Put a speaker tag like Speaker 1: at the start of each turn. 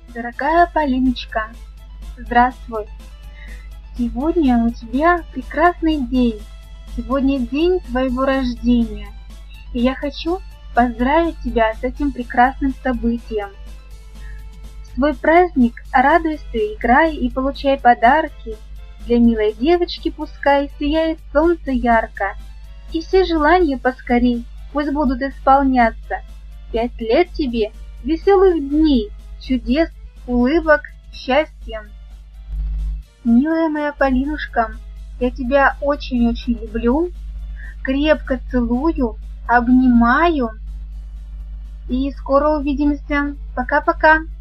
Speaker 1: Дорогая Полиночка, здравствуй! Сегодня у тебя прекрасный день. Сегодня день твоего рождения. И я хочу поздравить тебя с этим прекрасным событием. В свой праздник радуйся, играй и получай подарки. Для милой девочки пускай сияет солнце ярко. И все желания поскорей пусть будут исполняться. 5 лет тебе веселых дней, чудес, улыбок, счастья. Милая моя Полинушка, я тебя очень-очень люблю, крепко целую, обнимаю и скоро увидимся. Пока-пока.